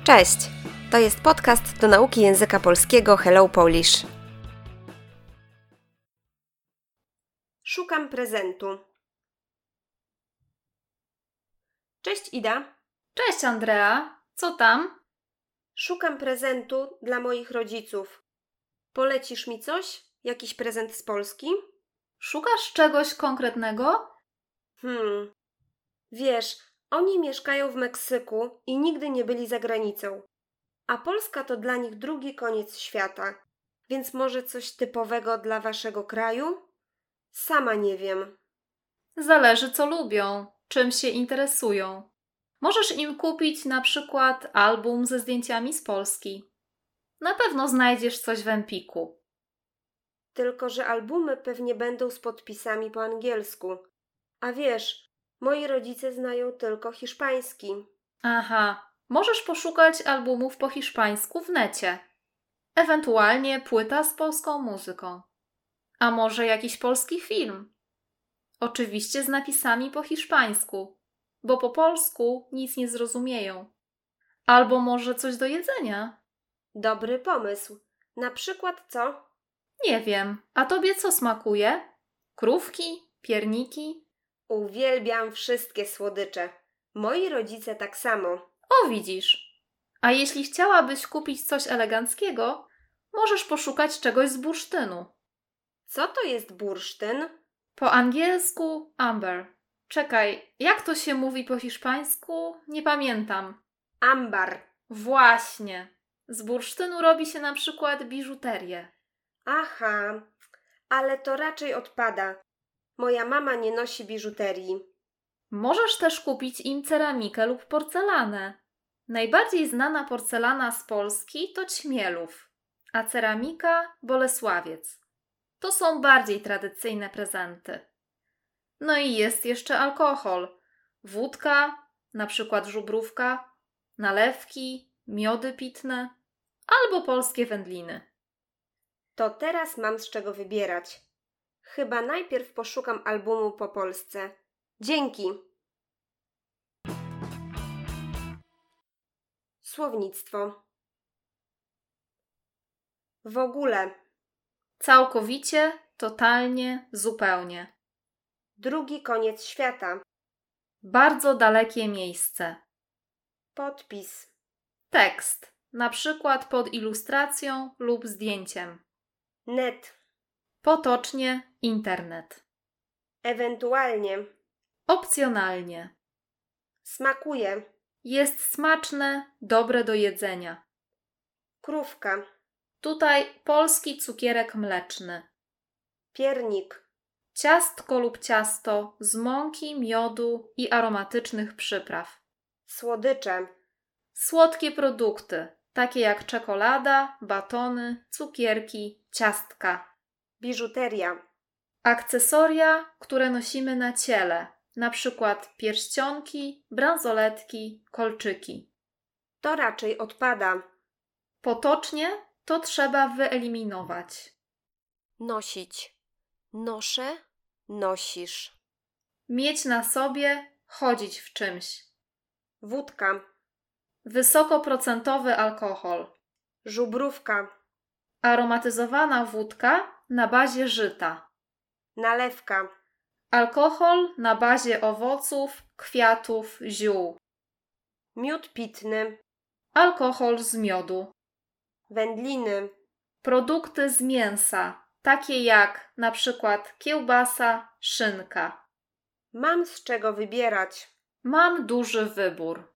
Cześć! To jest podcast do nauki języka polskiego Hello Polish. Szukam prezentu. Cześć Ida. Cześć Andrea, co tam? Szukam prezentu dla moich rodziców. Polecisz mi coś? Jakiś prezent z Polski? Szukasz czegoś konkretnego? Wiesz, oni mieszkają w Meksyku i nigdy nie byli za granicą. A Polska to dla nich drugi koniec świata. Więc może coś typowego dla waszego kraju? Sama nie wiem. Zależy co lubią, czym się interesują. Możesz im kupić na przykład album ze zdjęciami z Polski. Na pewno znajdziesz coś w Empiku. Tylko że albumy pewnie będą z podpisami po angielsku. A wiesz, moi rodzice znają tylko hiszpański. Aha, możesz poszukać albumów po hiszpańsku w necie. Ewentualnie płyta z polską muzyką. A może jakiś polski film? Oczywiście z napisami po hiszpańsku, bo po polsku nic nie zrozumieją. Albo może coś do jedzenia? Dobry pomysł. Na przykład co? Nie wiem, a tobie co smakuje? Krówki? Pierniki? Uwielbiam wszystkie słodycze. Moi rodzice tak samo. O, widzisz. A jeśli chciałabyś kupić coś eleganckiego, możesz poszukać czegoś z bursztynu. Co to jest bursztyn? Po angielsku amber. Czekaj, jak to się mówi po hiszpańsku? Nie pamiętam. Ambar. Właśnie. Z bursztynu robi się na przykład biżuterię. Aha, ale to raczej odpada. Moja mama nie nosi biżuterii. Możesz też kupić im ceramikę lub porcelanę. Najbardziej znana porcelana z Polski to Ćmielów, a ceramika Bolesławiec. To są bardziej tradycyjne prezenty. No i jest jeszcze alkohol. Wódka, na przykład żubrówka, nalewki, miody pitne albo polskie wędliny. To teraz mam z czego wybierać. Chyba najpierw poszukam albumu po Polsce. Dzięki. Słownictwo. W ogóle. Całkowicie, totalnie, zupełnie. Drugi koniec świata. Bardzo dalekie miejsce. Podpis. Tekst, na przykład pod ilustracją lub zdjęciem. Net. Potocznie internet. Ewentualnie. Opcjonalnie. Smakuje. Jest smaczne, dobre do jedzenia. Krówka. Tutaj polski cukierek mleczny. Piernik. Ciastko lub ciasto z mąki, miodu i aromatycznych przypraw. Słodycze. Słodkie produkty, takie jak czekolada, batony, cukierki, ciastka. Biżuteria. Akcesoria, które nosimy na ciele, na przykład pierścionki, bransoletki, kolczyki. To raczej odpada. Potocznie to trzeba wyeliminować. Nosić. Noszę. Nosisz. Mieć na sobie, chodzić w czymś. Wódka. Wysokoprocentowy alkohol. Żubrówka. Aromatyzowana wódka na bazie żyta. Nalewka. Alkohol na bazie owoców, kwiatów, ziół. Miód pitny. Alkohol z miodu. Wędliny. Produkty z mięsa, takie jak na przykład kiełbasa, szynka. Mam z czego wybierać. Mam duży wybór.